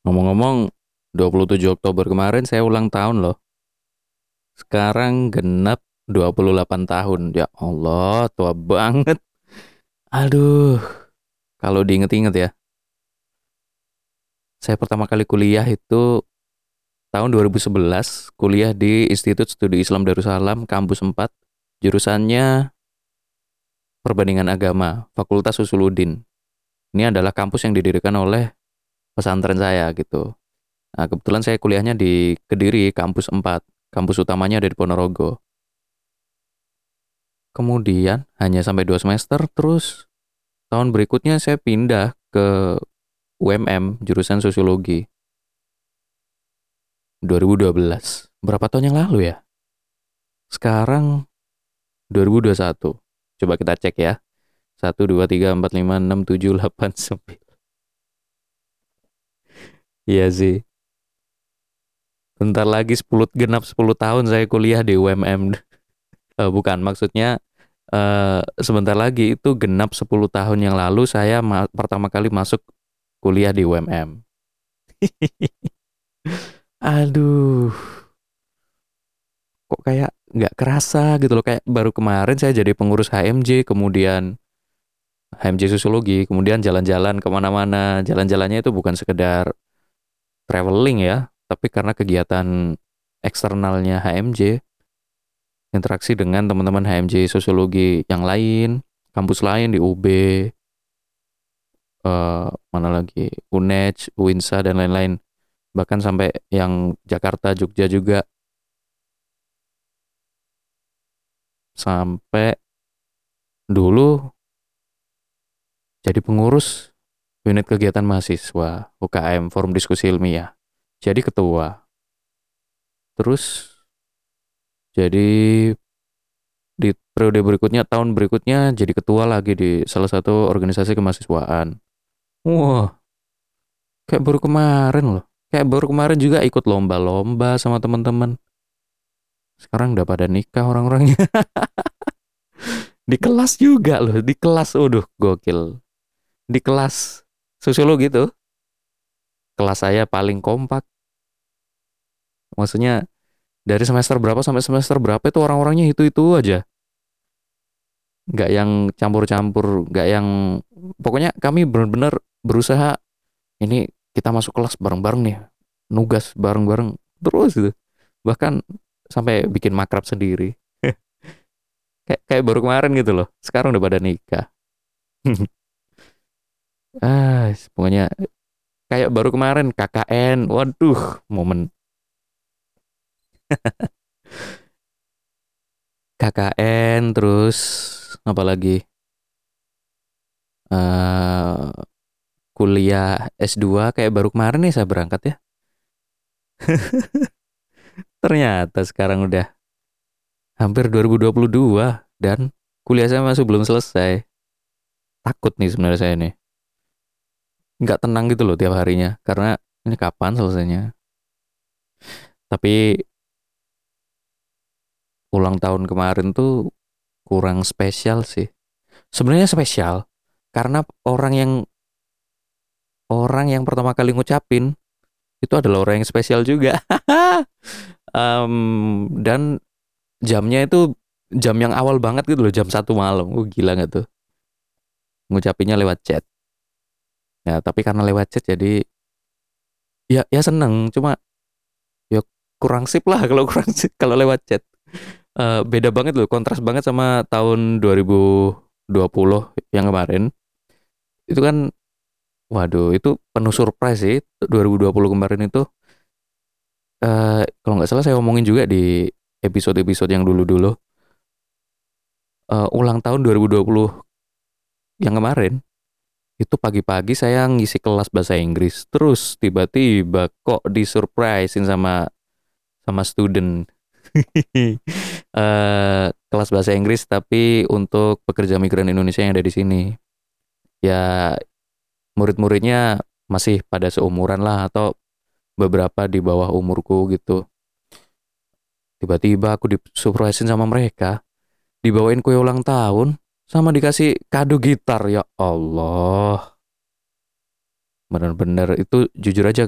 Ngomong-ngomong, 27 Oktober kemarin saya ulang tahun loh. Sekarang genap 28 tahun. Ya Allah, tua banget. Aduh, kalau diinget-inget ya. Saya pertama kali kuliah itu tahun 2011, kuliah di Institut Studi Islam Darussalam, Kampus 4. Jurusannya Perbandingan Agama, Fakultas Usuluddin. Ini adalah kampus yang didirikan oleh pesantren saya gitu. Nah, kebetulan saya kuliahnya di Kediri, Kampus 4. Kampus utamanya ada di Ponorogo. Kemudian hanya sampai 2 semester, terus tahun berikutnya saya pindah ke UMM, jurusan Sosiologi, 2012. Berapa tahun yang lalu ya? Sekarang 2021. Coba kita cek ya. 1, 2, 3, 4, 5, 6, 7, 8, 9. Iya sih. Bentar lagi genap 10 tahun saya kuliah di UMM. Bukan, maksudnya sebentar lagi itu genap 10 tahun yang lalu saya pertama kali masuk kuliah di UMM. Aduh, kok kayak nggak kerasa gitu loh. Kayak baru kemarin saya jadi pengurus HMJ, kemudian HMJ Sosiologi, kemudian jalan-jalan kemana-mana. Jalan-jalannya itu bukan sekedar traveling ya, tapi karena kegiatan eksternalnya HMJ, interaksi dengan teman-teman HMJ Sosiologi yang lain, kampus lain di UB, mana lagi, UNEJ, UINSA, dan lain-lain. Bahkan sampai yang Jakarta, Jogja juga, sampai dulu jadi pengurus unit kegiatan mahasiswa UKM Forum Diskusi Ilmiah. Jadi ketua. Terus jadi di periode berikutnya, tahun berikutnya jadi ketua lagi di salah satu organisasi kemahasiswaan. Wah, kayak baru kemarin loh. Kayak baru kemarin juga ikut lomba-lomba sama teman-teman. Sekarang udah pada nikah orang-orangnya. Di kelas juga loh, di kelas. Waduh, gokil. Di kelas sosiologi tuh, kelas saya paling kompak. Maksudnya dari semester berapa sampai semester berapa itu orang-orangnya itu-itu aja. Nggak yang campur-campur, nggak yang... Pokoknya kami benar-benar berusaha, ini kita masuk kelas bareng-bareng nih. Nugas bareng-bareng. Terus gitu. Bahkan sampai bikin makrab sendiri. Kayak baru kemarin gitu loh. Sekarang udah pada nikah. Pokoknya kayak baru kemarin KKN. Waduh, momen KKN terus apa lagi? eh Kuliah S2 kayak baru kemarin nih saya berangkat ya. Ternyata sekarang udah hampir 2022 dan kuliah saya masih belum selesai. Takut nih sebenarnya saya nih. Nggak tenang gitu loh tiap harinya karena ini kapan selesainya. Tapi ulang tahun kemarin tuh kurang spesial sih. Sebenarnya spesial karena orang yang pertama kali ngucapin itu adalah orang yang spesial juga. Dan jamnya itu jam yang awal banget gitu loh, jam 1 malam. Gila nggak tuh? Ngucapinnya lewat chat. Ya, tapi karena lewat chat jadi ya seneng. Cuma ya kurang sip lah kalau kurang sip kalau lewat chat. Beda banget loh, kontras banget sama tahun 2020 yang kemarin. Itu kan, waduh, itu penuh surprise sih. 2020 kemarin itu, kalau nggak salah saya omongin juga di episode-episode yang dulu-dulu. Ulang tahun 2020 yang kemarin, itu pagi-pagi saya ngisi kelas bahasa Inggris. Terus tiba-tiba kok disurprisein sama sama student. Kelas bahasa Inggris tapi untuk pekerja migran Indonesia yang ada di sini. Ya, murid-muridnya masih pada seumuran lah atau beberapa di bawah umurku gitu. Tiba-tiba aku disurprisein sama mereka, dibawain kue ulang tahun sama dikasih kado gitar. Ya Allah. Bener-bener itu jujur aja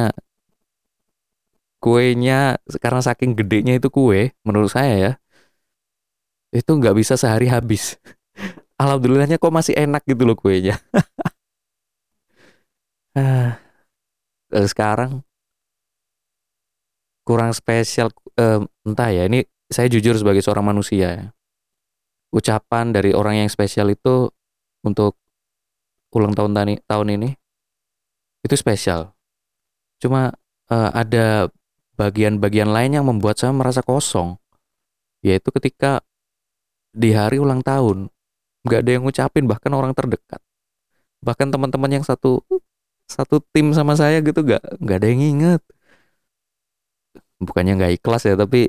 kuenya karena saking gedenya itu kue, menurut saya ya, itu nggak bisa sehari habis. Alhamdulillahnya kok masih enak gitu loh kuenya. Ah, sekarang kurang spesial, entah ya, ini saya jujur sebagai seorang manusia ya. Ucapan dari orang yang spesial itu untuk ulang tahun tahun ini itu spesial. Cuma ada bagian-bagian lain yang membuat saya merasa kosong, yaitu ketika di hari ulang tahun nggak ada yang ngucapin, bahkan orang terdekat, bahkan teman-teman yang satu satu tim sama saya gitu, nggak ada yang inget. Bukannya nggak ikhlas ya, tapi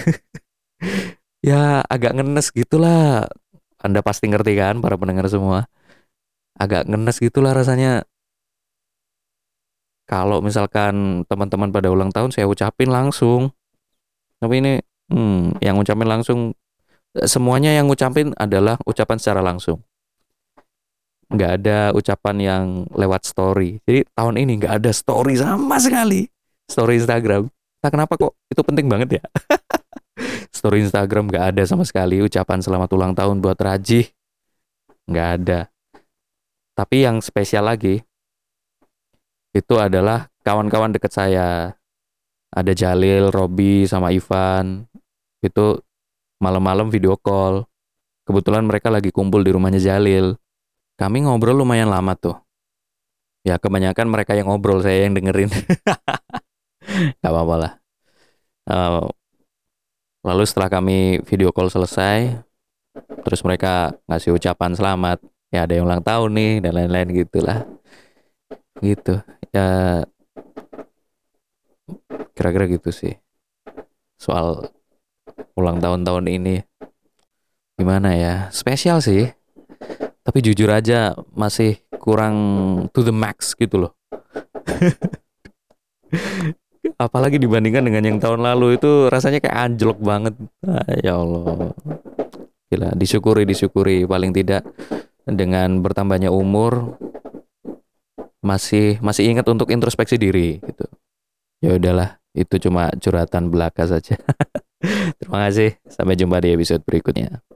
ya agak ngenes gitulah. Anda pasti ngerti kan, para pendengar semua, agak ngenes gitulah rasanya kalau misalkan teman-teman pada ulang tahun saya ucapin langsung. Tapi ini yang ngucapin langsung, semuanya yang ngucapin adalah ucapan secara langsung, nggak ada ucapan yang lewat story. Jadi tahun ini nggak ada story sama sekali, story Instagram. Nah, kenapa kok itu penting banget ya? Story Instagram nggak ada sama sekali ucapan selamat ulang tahun buat Rajih, nggak ada. Tapi yang spesial lagi itu adalah kawan-kawan dekat saya. Ada Jalil, Robi, sama Ivan. Itu malam-malam video call. Kebetulan mereka lagi kumpul di rumahnya Jalil. Kami ngobrol lumayan lama tuh. Ya kebanyakan mereka yang ngobrol, saya yang dengerin. Gak apa-apa lah. Eh, Lalu setelah kami video call selesai, terus mereka ngasih ucapan selamat. Ya ada yang ulang tahun nih, dan lain-lain gitulah. Gitu. Ya kira-kira gitu sih. Soal ulang tahun-tahun ini. Gimana ya? Spesial sih. Tapi jujur aja masih kurang to the max gitu loh. Apalagi dibandingkan dengan yang tahun lalu, itu rasanya kayak anjlok banget. Ya Allah. Gila, disyukuri paling tidak dengan bertambahnya umur masih masih ingat untuk introspeksi diri gitu. Ya udahlah, itu cuma curhatan belaka saja. Terima kasih. Sampai jumpa di episode berikutnya.